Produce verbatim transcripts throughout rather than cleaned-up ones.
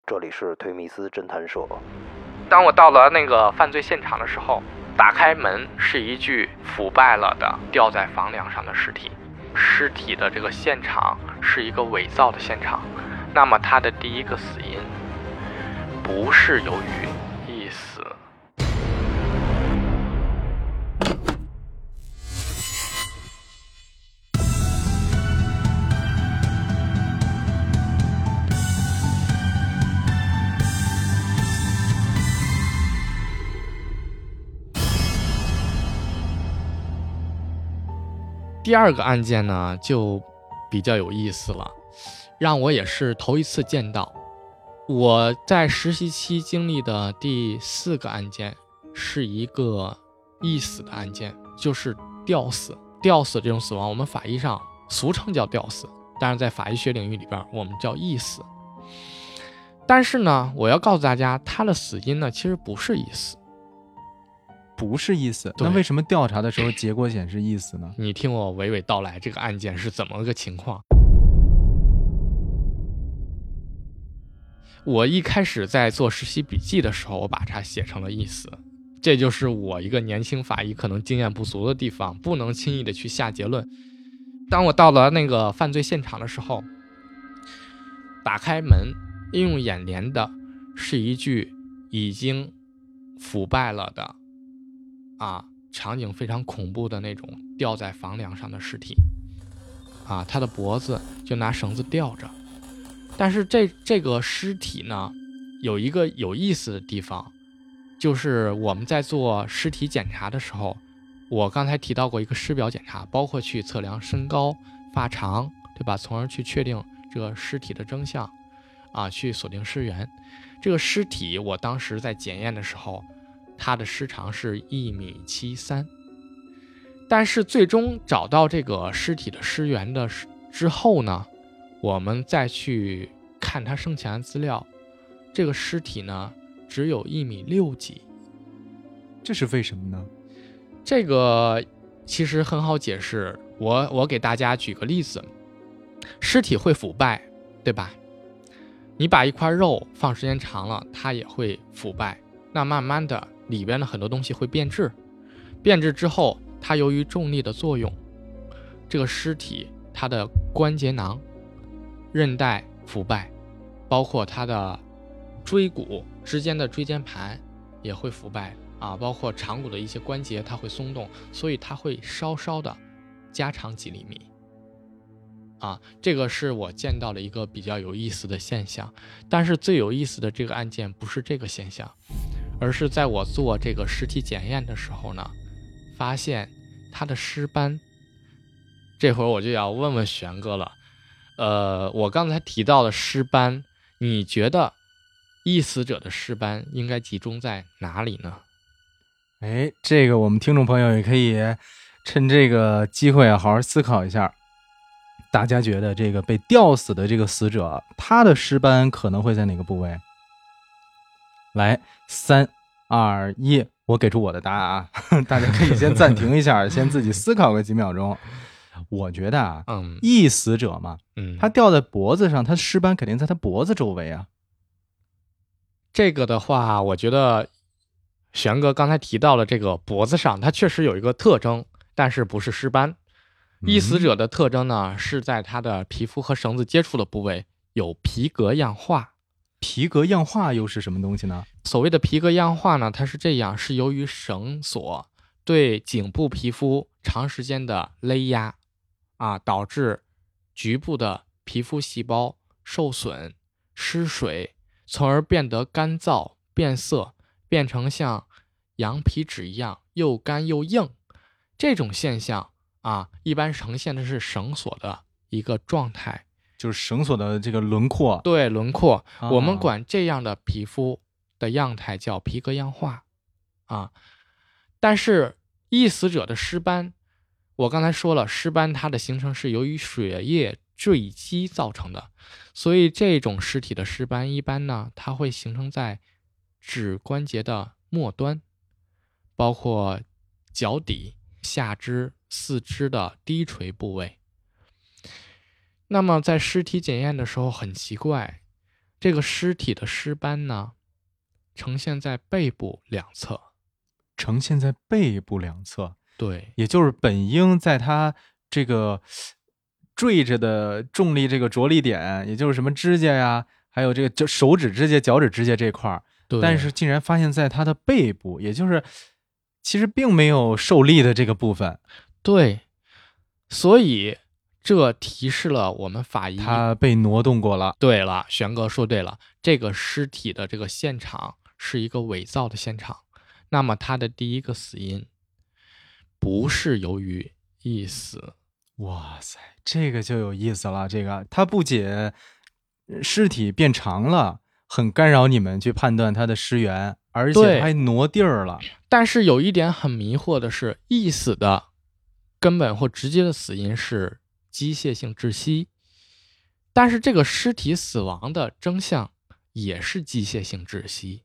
这里是推迷斯侦探社。 当我到了那个犯罪现场的时候，打开门是一具腐败了的吊在房梁上的尸体。尸体的这个现场是一个伪造的现场，那么他的第一个死因不是由于缢死。第二个案件呢就比较有意思了，让我也是头一次见到。我在实习期经历的第四个案件是一个缢死的案件，就是吊死。吊死这种死亡我们法医上俗称叫吊死，但是在法医学领域里边我们叫缢死。但是呢，我要告诉大家，他的死因呢其实不是缢死。 不是缢死，那为什么调查的时候结果显示缢死呢？ 你听我娓娓道来，这个案件是怎么个情况。我一开始在做实习笔记的时候，我把它写成了缢死，这就是我一个年轻法医可能经验不足的地方，不能轻易的去下结论。当我到了那个犯罪现场的时候，打开门映入眼帘的是一具已经腐败了的啊，场景非常恐怖的那种吊在房梁上的尸体啊，他的脖子就拿绳子吊着。但是这这个尸体呢，有一个有意思的地方，就是我们在做尸体检查的时候，我刚才提到过一个尸表检查，包括去测量身高、发长，对吧？从而去确定这个尸体的真相啊，去锁定尸源。这个尸体我当时在检验的时候，它的尸长是一米七三，但是最终找到这个尸体的尸源的之后呢，我们再去看它生前的资料，这个尸体呢只有一米六几。 这是为什么呢？ 这个其实很好解释，我我给大家举个例子，尸体会腐败，对吧？你把一块肉放时间长了，它也会腐败，那慢慢的里边的很多东西会变质，变质之后，它由于重力的作用，这个尸体它的关节囊、韧带腐败，包括它的椎骨之间的椎间盘也会腐败啊，包括长骨的一些关节它会松动，所以它会稍稍的加长几厘米啊，这个是我见到的一个比较有意思的现象。但是最有意思的这个案件不是这个现象，而是在我做这个尸体检验的时候呢，发现他的尸斑。这会儿我就要问问玄哥了，呃，我刚才提到的尸斑，你觉得缢死者的尸斑应该集中在哪里呢？ 哎，这个我们听众朋友也可以趁这个机会啊，好好思考一下。大家觉得这个被吊死的这个死者，他的尸斑可能会在哪个部位？来，三二一，我给出我的答案啊！大家可以先暂停一下，先自己思考个几秒钟。我觉得啊， 嗯， 缢死者嘛， 嗯， 他吊在脖子上，他尸斑肯定在他脖子周围啊。 这个的话，我觉得玄哥刚才提到了这个脖子上，它确实有一个特征，但是不是尸斑。缢死者的特征呢，是在他的皮肤和绳子接触的部位有皮革样化。 皮革样化又是什么东西呢？ 所谓的皮革样化呢，它是这样，是由于绳索对颈部皮肤长时间的勒压啊，导致局部的皮肤细胞受损、失水，从而变得干燥、变色，变成像羊皮纸一样又干又硬。这种现象啊，一般呈现的是绳索的一个状态， 就是绳索的这个轮廓。 对，轮廓， 啊、 我们管这样的皮肤的样态叫皮革样化啊。但是缢死者的尸斑，我刚才说了，尸斑它的形成是由于血液坠积造成的，所以这种尸体的尸斑一般呢，它会形成在指关节的末端，包括脚底、下肢、四肢的低垂部位。那么在尸体检验的时候很奇怪， 这个尸体的尸斑呢，呈现在背部两侧， 呈现在背部两侧， 对， 也就是本应在它这个坠着的重力这个着力点，也就是什么指甲呀，还有这个就手指指甲、脚趾指甲这块儿，但是竟然发现在它的背部，也就是其实并没有受力的这个部分。 对，所以这提示了我们法医， 它被挪动过了。 对了，玄哥说对了，这个尸体的这个现场是一个伪造的现场。那么他的第一个死因不是由于缢死。 哇塞，这个就有意思了。这个它不仅尸体变长了，很干扰你们去判断它的尸源，而且还挪地儿了。 但是有一点很迷惑的是，缢死的根本或直接的死因是机械性窒息，但是这个尸体死亡的征象也是机械性窒息。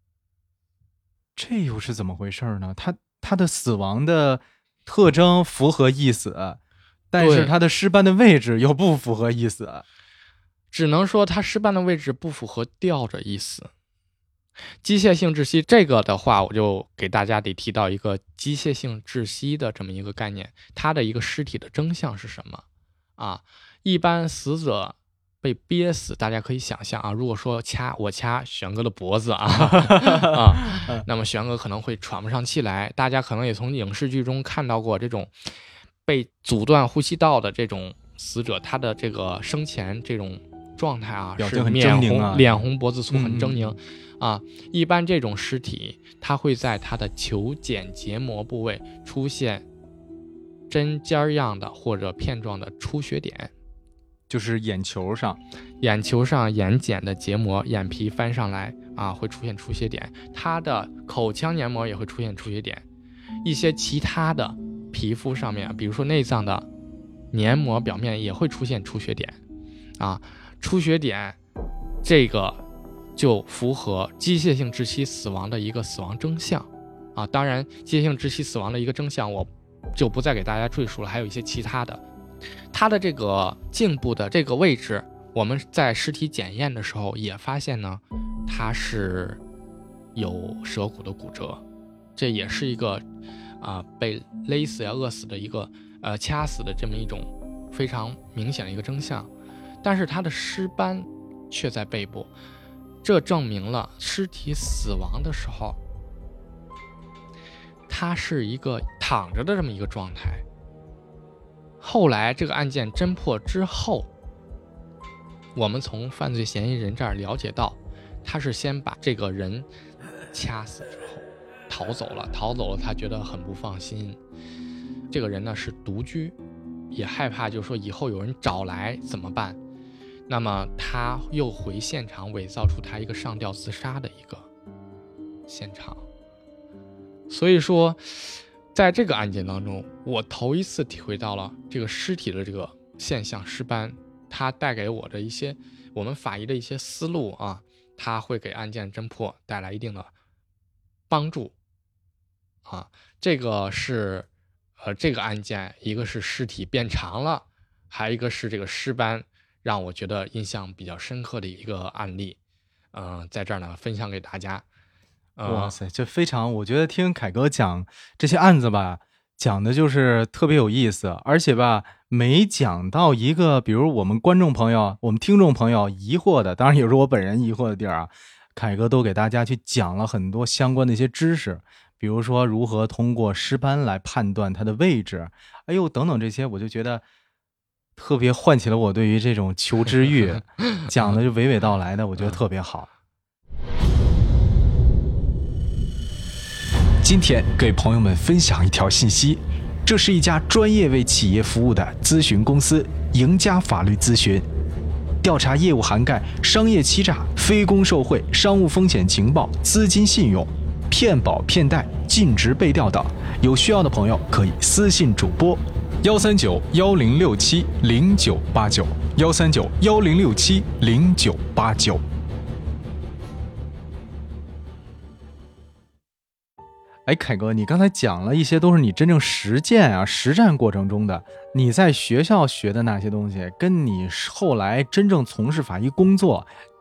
这又是怎么回事呢？他他的死亡的特征符合缢死，但是他的尸斑的位置又不符合缢死， 只能说他尸斑的位置不符合吊着缢死。机械性窒息这个的话，我就给大家得提到一个机械性窒息的这么一个概念，它的一个尸体的征象是什么啊？一般死者被憋死，大家可以想象啊，如果说掐我掐玄哥的脖子啊啊，那么玄哥可能会喘不上气来。大家可能也从影视剧中看到过这种被阻断呼吸道的这种死者，他的这个生前这种状态啊， 表情很狰狰狞啊， 脸红脖子粗，很狰狞、 嗯、 啊。一般这种尸体，它会在它的球睑结膜部位出现针尖样的或者片状的出血点。 就是眼球上， 眼球上眼睑的结膜，眼皮翻上来啊，会出现出血点。它的口腔黏膜也会出现出血点。一些其他的皮肤上面，比如说内脏的黏膜表面也会出现出血点啊。出血点这个就符合机械性窒息死亡的一个死亡征象啊。当然，机械性窒息死亡的一个征象我就不再给大家赘述了，还有一些其他的。它的这个颈部的这个位置，我们在尸体检验的时候也发现呢，它是有舌骨的骨折，这也是一个啊、呃、被勒死呀、饿死的一个呃掐死的这么一种非常明显的一个征象。但是它的尸斑却在背部，这证明了尸体死亡的时候，它是一个躺着的这么一个状态。后来这个案件侦破之后，我们从犯罪嫌疑人这儿了解到，他是先把这个人掐死之后逃走了，逃走了他觉得很不放心。这个人呢是独居，也害怕就是说以后有人找来怎么办，那么他又回现场伪造出他一个上吊自杀的一个现场。所以说在这个案件当中，我头一次体会到了这个尸体的这个现象尸斑，它带给我的一些我们法医的一些思路啊，它会给案件侦破带来一定的帮助啊。这个是呃这个案件，一个是尸体变长了，还有一个是这个尸斑让我觉得印象比较深刻的一个案例，嗯、呃，在这儿呢分享给大家。 哇塞，这非常，我觉得听凯哥讲这些案子吧，讲的就是特别有意思，而且吧，没讲到一个比如我们观众朋友、我们听众朋友疑惑的，当然也是我本人疑惑的地儿啊，凯哥都给大家去讲了很多相关的一些知识，比如说如何通过尸斑来判断它的位置，哎呦等等这些，我就觉得特别唤起了我对于这种求知欲，讲的就娓娓道来的，我觉得特别好。 今天给朋友们分享一条信息，这是一家专业为企业服务的咨询公司赢家法律咨询，调查业务涵盖商业欺诈、非公受贿、商务风险情报、资金信用、骗保骗贷、尽职被调等。有需要的朋友可以私信主播幺三九幺零六七零九八九幺三九幺零六七零九八九。 哎，凯哥，你刚才讲了一些都是你真正实践啊、实战过程中的，你在学校学的那些东西，跟你后来真正从事法医工作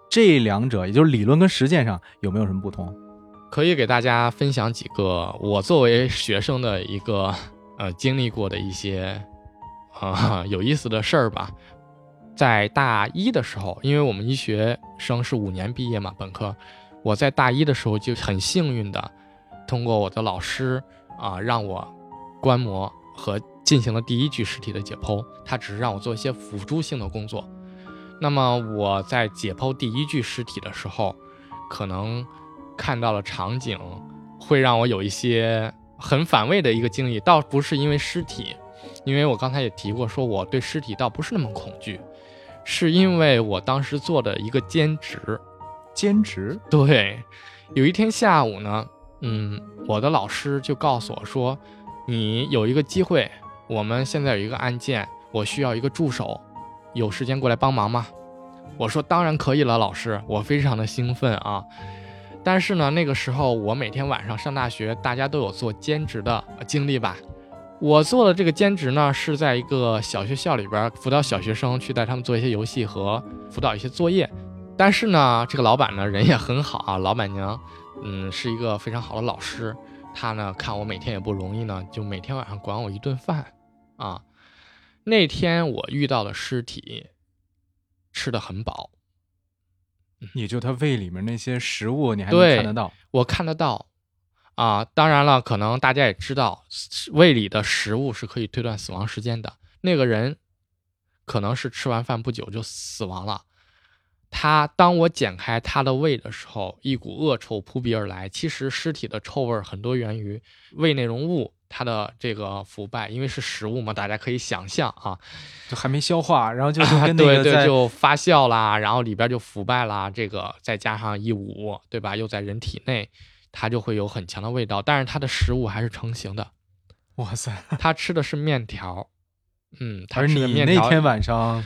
这两者也就是理论跟实践上有没有什么不同？ 可以给大家分享几个我作为学生的一个呃经历过的一些呃有意思的事儿吧。在大一的时候，因为我们医学生是五年毕业嘛，本科，我在大一的时候就很幸运的通过我的老师啊、呃，让我观摩和进行了第一具尸体的解剖，他只是让我做一些辅助性的工作。那么我在解剖第一具尸体的时候，可能看到了场景会让我有一些很反胃的一个经历，倒不是因为尸体，因为我刚才也提过，说我对尸体倒不是那么恐惧，是因为我当时做的一个兼职。 兼职？ 对，有一天下午呢，嗯，我的老师就告诉我说，你有一个机会，我们现在有一个案件，我需要一个助手，有时间过来帮忙吗？我说当然可以了，老师，我非常的兴奋啊。但是呢，那个时候我每天晚上上大学，大家都有做兼职的经历吧。我做的这个兼职呢，是在一个小学校里边辅导小学生，去带他们做一些游戏和辅导一些作业。但是呢，这个老板呢人也很好啊，老板娘嗯是一个非常好的老师，她呢看我每天也不容易呢，就每天晚上管我一顿饭啊。那天我遇到的尸体吃得很饱。 也就他胃里面那些食物你还能看得到？ 我看得到啊。当然了，可能大家也知道，胃里的食物是可以推断死亡时间的。那个人可能是吃完饭不久就死亡了。他当我剪开他的胃的时候，一股恶臭扑鼻而来。其实尸体的臭味很多源于胃内容物它的这个腐败，因为是食物嘛，大家可以想象啊， 就还没消化，然后就跟那个、啊、对对， 就就发酵啦，然后里边就腐败啦，这个再加上一捂，对吧？又在人体内，它就会有很强的味道。但是它的食物还是成型的。 哇塞， 他吃的是面条，嗯，他而吃的面条。 你那天晚上，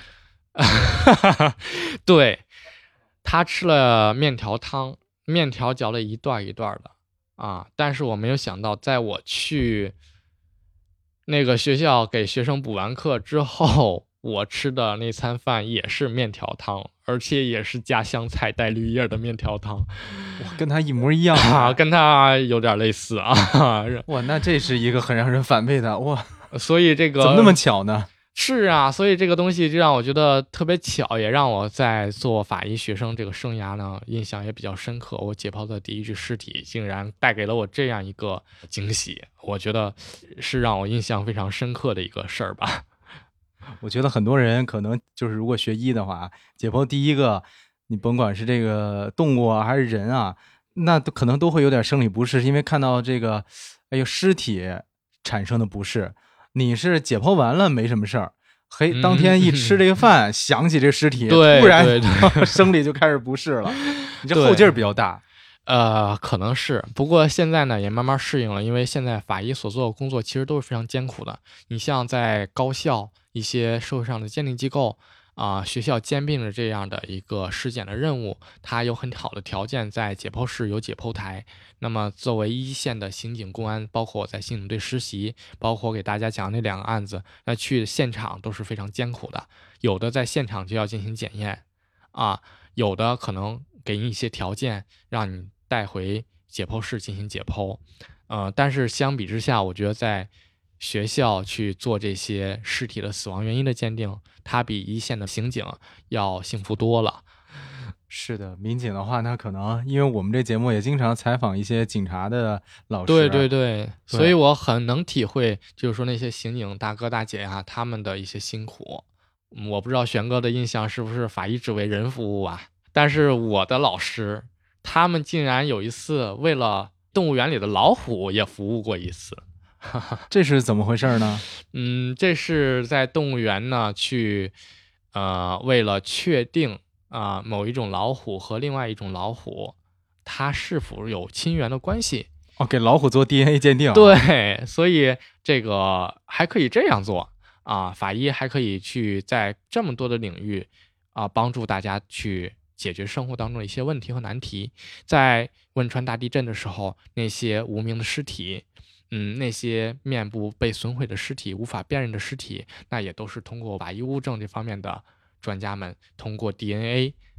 对，他吃了面条汤，面条嚼了一段一段的。啊！但是我没有想到，在我去那个学校给学生补完课之后，我吃的那餐饭也是面条汤，而且也是家乡菜带绿叶的面条汤。 哇，跟他一模一样啊，跟他有点类似啊。 哇，那这是一个很让人反胃的哇！ 所以这个怎么那么巧呢？ 是啊，所以这个东西就让我觉得特别巧，也让我在做法医学生这个生涯呢，印象也比较深刻。我解剖的第一具尸体，竟然带给了我这样一个惊喜，我觉得是让我印象非常深刻的一个事儿吧。 我觉得很多人可能就是如果学医的话，解剖第一个，你甭管是这个动物啊还是人啊，那都可能都会有点生理不适，因为看到这个哎呦尸体产生的不适。你是解剖完了没什么事儿，嘿，当天一吃这个饭，嗯、想起这尸体，突然对对生理就开始不适了。你这后劲儿比较大。 呃，可能是，不过现在呢也慢慢适应了，因为现在法医所做的工作其实都是非常艰苦的。你像在高校一些社会上的鉴定机构啊、呃，学校兼并了这样的一个尸检的任务，它有很好的条件，在解剖室有解剖台。那么作为一线的刑警公安，包括我在刑警队实习，包括我给大家讲那两个案子，那去现场都是非常艰苦的。有的在现场就要进行检验啊，有的可能给你一些条件，让你带回解剖室进行解剖。呃，但是相比之下，我觉得在学校去做这些尸体的死亡原因的鉴定，它比一线的刑警要幸福多了。 是的，民警的话，那可能因为我们这节目也经常采访一些警察的老师， 对对对，所以我很能体会，就是说那些刑警大哥大姐呀、啊，他们的一些辛苦。我不知道玄哥的印象是不是法医只为人服务啊？但是我的老师，他们竟然有一次为了动物园里的老虎也服务过一次。 这是怎么回事呢？ 嗯，这是在动物园呢去，呃，为了确定啊、呃、某一种老虎和另外一种老虎，它是否有亲缘的关系。 哦，给老虎做 D N A 鉴定、啊。 对，所以这个还可以这样做啊，法医还可以去在这么多的领域啊帮助大家去解决生活当中的一些问题和难题。在汶川大地震的时候，那些无名的尸体。嗯，那些面部被损毁的尸体，无法辨认的尸体，那也都是通过法医物证这方面的专家们通过 D N A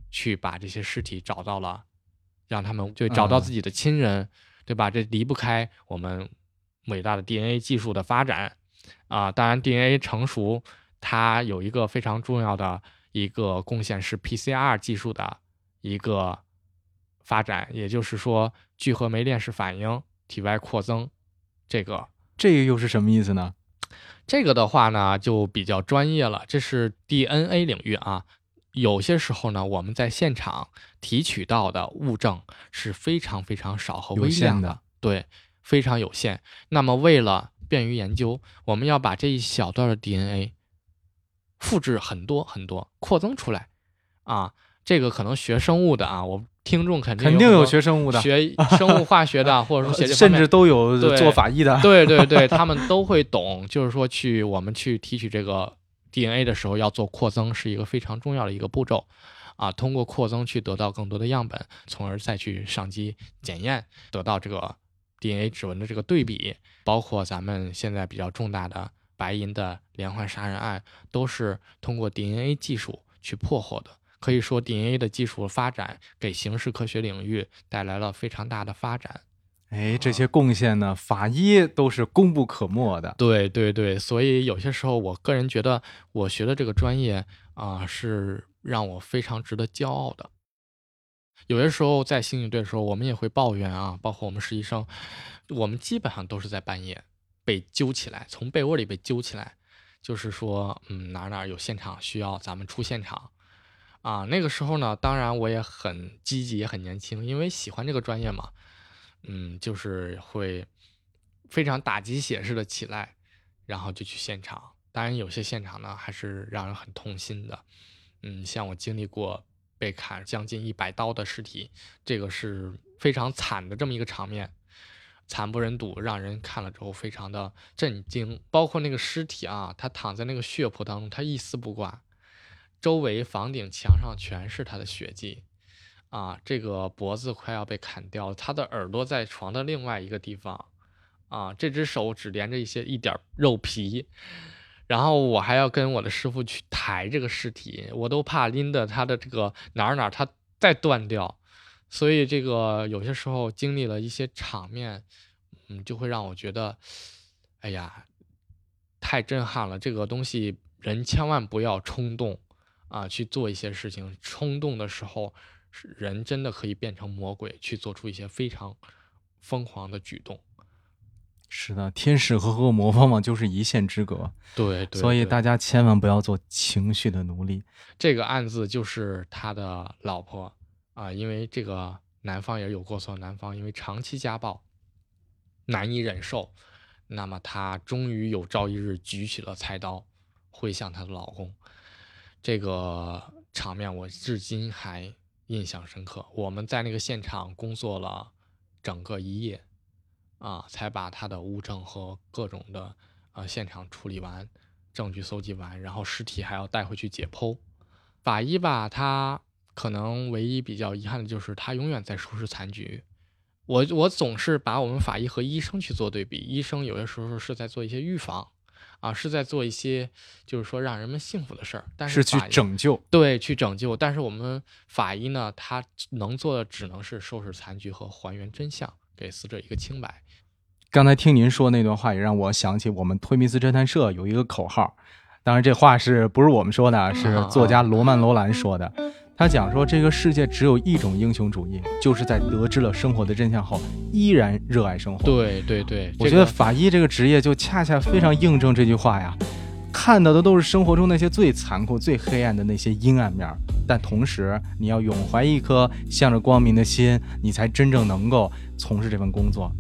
去把这些尸体找到了，让他们就找到自己的亲人，嗯、对吧？这离不开我们伟大的 D N A 技术的发展啊。当然 ，D N A 成熟，它有一个非常重要的一个贡献是 P C R 技术的一个发展，也就是说聚合酶链式反应、体外扩增，这个这个又是什么意思呢？ 这个的话呢就比较专业了，这是 D N A 领域啊。有些时候呢，我们在现场提取到的物证是非常非常少和微量的，对，非常有限。那么为了便于研究，我们要把这一小段的 D N A 复制很多很多，扩增出来啊。这个可能学生物的啊，我听众肯定肯定有学生物的， 学生物化学的，或者说学这甚至都有做法医的， 对对对，他们都会懂。就是说去我们去提取这个 D N A 的时候，要做扩增是一个非常重要的一个步骤啊。通过扩增去得到更多的样本，从而再去上机检验，得到这个 D N A 指纹的这个对比。包括咱们现在比较重大的白银的连环杀人案，都是通过 D N A 技术去破获的。可以说 D N A 的技术发展给刑事科学领域带来了非常大的发展。 哎，这些贡献呢，法医都是功不可没的。 对对对，所以有些时候我个人觉得我学的这个专业啊、呃，是让我非常值得骄傲的。有些时候在刑警队的时候，我们也会抱怨啊，包括我们实习生，我们基本上都是在半夜被揪起来，从被窝里被揪起来，就是说，嗯，哪哪有现场需要咱们出现场。啊，那个时候呢，当然我也很积极，也很年轻，因为喜欢这个专业嘛，嗯，就是会非常打鸡血似的起来，然后就去现场。当然，有些现场呢还是让人很痛心的，嗯，像我经历过被砍将近一百刀的尸体，这个是非常惨的这么一个场面，惨不忍睹，让人看了之后非常的震惊。包括那个尸体啊，他躺在那个血泊当中，他一丝不挂。周围房顶墙上全是他的血迹，啊，这个脖子快要被砍掉了，他的耳朵在床的另外一个地方，啊，这只手只连着一些一点肉皮，然后我还要跟我的师傅去抬这个尸体，我都怕拎的他的这个哪儿哪儿他再断掉，所以这个有些时候经历了一些场面，嗯，就会让我觉得，哎呀，太震撼了，这个东西人千万不要冲动。啊，去做一些事情，冲动的时候，人真的可以变成魔鬼，去做出一些非常疯狂的举动。 是的，天使和恶魔往往就是一线之隔。 对 对, 对， 所以大家千万不要做情绪的奴隶。 这个案子就是他的老婆啊，因为这个男方也有过错，男方因为长期家暴难以忍受，那么他终于有朝一日举起了菜刀，挥向他的老公。这个场面我至今还印象深刻。我们在那个现场工作了整个一夜，啊，才把他的物证和各种的呃现场处理完，证据搜集完，然后尸体还要带回去解剖。法医吧，他可能唯一比较遗憾的就是他永远在收拾残局。我我总是把我们法医和医生去做对比，医生有些时候是在做一些预防。啊，是在做一些就是说让人们幸福的事儿，但是是去拯救， 对，去拯救。但是我们法医呢，他能做的只能是收拾残局和还原真相，给死者一个清白。 刚才听您说那段话，也让我想起我们推密斯侦探社有一个口号，当然这话是不是我们说的，是作家罗曼·罗兰说的。他讲说，这个世界只有一种英雄主义，就是在得知了生活的真相后，依然热爱生活。 对对对， 我觉得法医这个职业就恰恰非常印证这句话呀。看到的都是生活中那些最残酷、最黑暗的那些阴暗面，但同时你要永怀一颗向着光明的心，你才真正能够从事这份工作。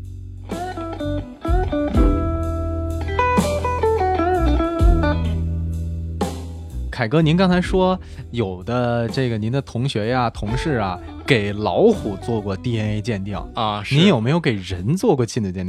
凯哥，您刚才说有的这个您的同学呀、同事啊，给老虎做过 D N A 鉴定啊， 您有没有给人做过亲子鉴定啊？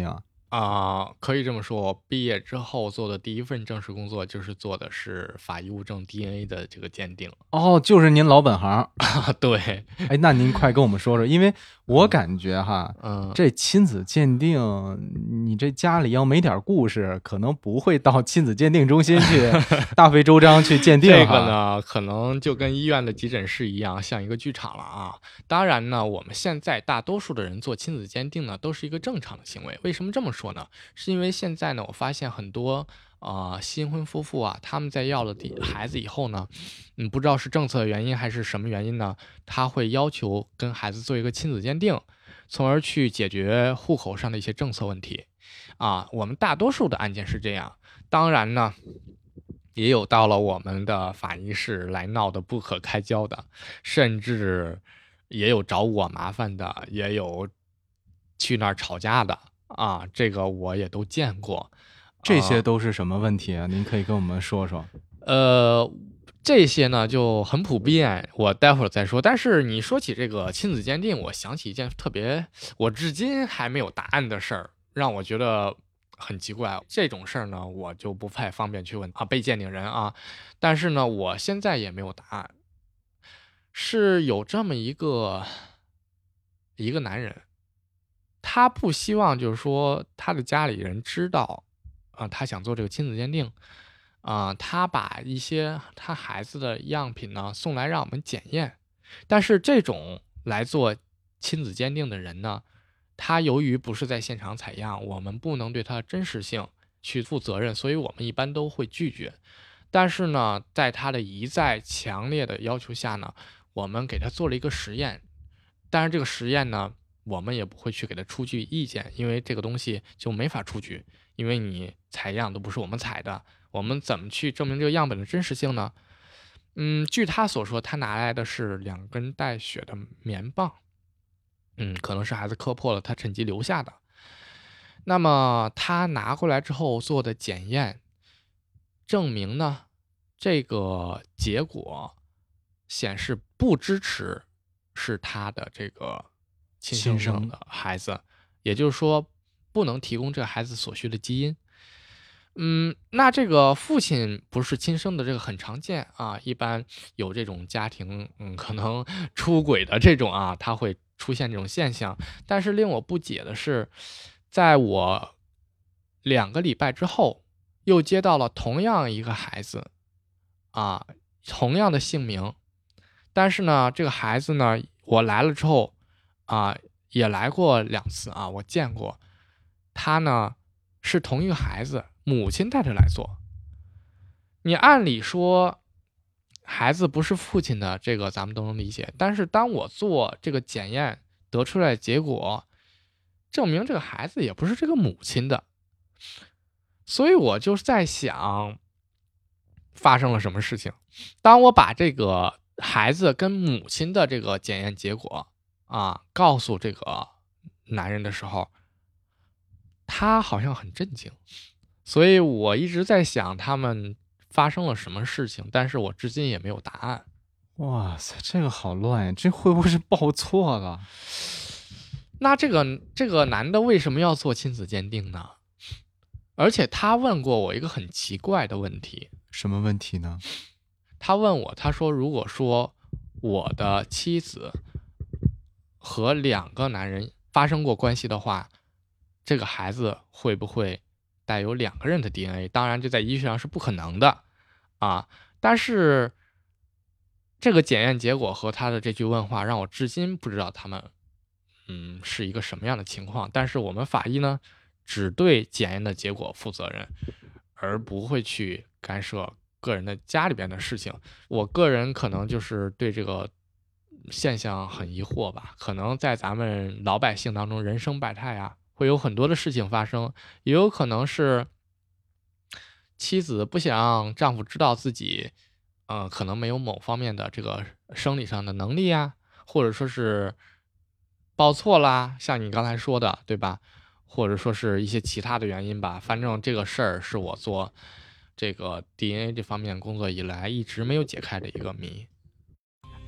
啊、呃可以这么说，我毕业之后做的第一份正式工作就是做的是法医物证 D N A 的这个鉴定。 哦，就是您老本行。 对， 哎，那您快跟我们说说，因为我感觉哈， 嗯， 这亲子鉴定，你这家里要没点故事，可能不会到亲子鉴定中心去大费周章去鉴定。 这个呢，可能就跟医院的急诊室一样，像一个剧场了啊。当然呢，我们现在大多数的人做亲子鉴定呢，都是一个正常的行为。为什么这么说呢？是因为现在呢，我发现很多啊、呃、新婚夫妇啊，他们在要了孩子以后呢，嗯，不知道是政策原因还是什么原因呢，他会要求跟孩子做一个亲子鉴定，从而去解决户口上的一些政策问题。啊，我们大多数的案件是这样。当然呢，也有到了我们的法医室来闹得不可开交的，甚至也有找我麻烦的，也有去那儿吵架的啊，这个我也都见过。 这些都是什么问题啊？您可以跟我们说说。 呃，这些呢就很普遍，我待会儿再说。但是你说起这个亲子鉴定，我想起一件特别，我至今还没有答案的事儿，让我觉得很奇怪。这种事儿呢，我就不太方便去问啊被鉴定人啊。但是呢，我现在也没有答案。是有这么一个一个男人，他不希望就是说他的家里人知道啊、他想做这个亲子鉴定。啊、呃，他把一些他孩子的样品呢送来让我们检验，但是这种来做亲子鉴定的人呢，他由于不是在现场采样，我们不能对他的真实性去负责任，所以我们一般都会拒绝。但是呢，在他的一再强烈的要求下呢，我们给他做了一个实验，但是这个实验呢，我们也不会去给他出具意见，因为这个东西就没法出具，因为你采样都不是我们采的。我们怎么去证明这个样本的真实性呢？嗯，据他所说，他拿来的是两根带血的棉棒，嗯，可能是孩子磕破了，他趁机留下的。那么他拿过来之后做的检验，证明呢，这个结果显示不支持是他的这个亲生的孩子，也就是说，不能提供这个孩子所需的基因。嗯，那这个父亲不是亲生的，这个很常见啊。一般有这种家庭，嗯，可能出轨的这种啊，他会出现这种现象。但是令我不解的是，在我两个礼拜之后，又接到了同样一个孩子，啊，同样的姓名，但是呢，这个孩子呢，我来了之后，啊，也来过两次啊，我见过，他呢是同一个孩子。母亲带着来做，你按理说孩子不是父亲的，这个咱们都能理解。但是当我做这个检验得出来的结果，证明这个孩子也不是这个母亲的，所以我就在想，发生了什么事情？当我把这个孩子跟母亲的这个检验结果啊告诉这个男人的时候，他好像很震惊。所以我一直在想他们发生了什么事情，但是我至今也没有答案。 哇塞，这个好乱呀！这会不会是报错了？ 那这个这个男的为什么要做亲子鉴定呢？而且他问过我一个很奇怪的问题。 什么问题呢？ 他问我，他说如果说我的妻子和两个男人发生过关系的话，这个孩子会不会带有两个人的 D N A， 当然这在医学上是不可能的啊。但是这个检验结果和他的这句问话让我至今不知道他们嗯是一个什么样的情况。但是我们法医呢，只对检验的结果负责任，而不会去干涉个人的家里边的事情。我个人可能就是对这个现象很疑惑吧，可能在咱们老百姓当中人生百态啊，会有很多的事情发生，也有可能是妻子不想让丈夫知道自己，呃，可能没有某方面的这个生理上的能力啊，或者说是报错啦，像你刚才说的，对吧？或者说是一些其他的原因吧。反正这个事儿是我做这个 D N A 这方面工作以来一直没有解开的一个谜。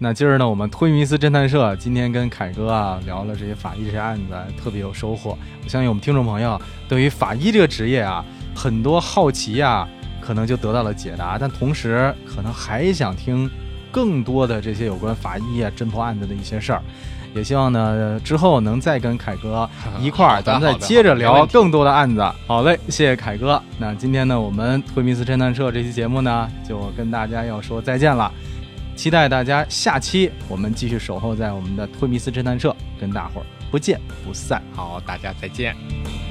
那今儿呢，我们推迷思侦探社今天跟凯哥啊聊了这些法医这些案子，特别有收获。我相信我们听众朋友对于法医这个职业啊，很多好奇啊，可能就得到了解答，但同时可能还想听更多的这些有关法医啊侦破案子的一些事儿。也希望呢之后能再跟凯哥一块儿，咱们再接着聊更多的案子。好嘞，谢谢凯哥。那今天呢，我们推迷思侦探社这期节目呢，就跟大家要说再见了。期待大家下期我们继续守候在我们的推迷思侦探社，跟大伙儿不见不散。 好，大家再见。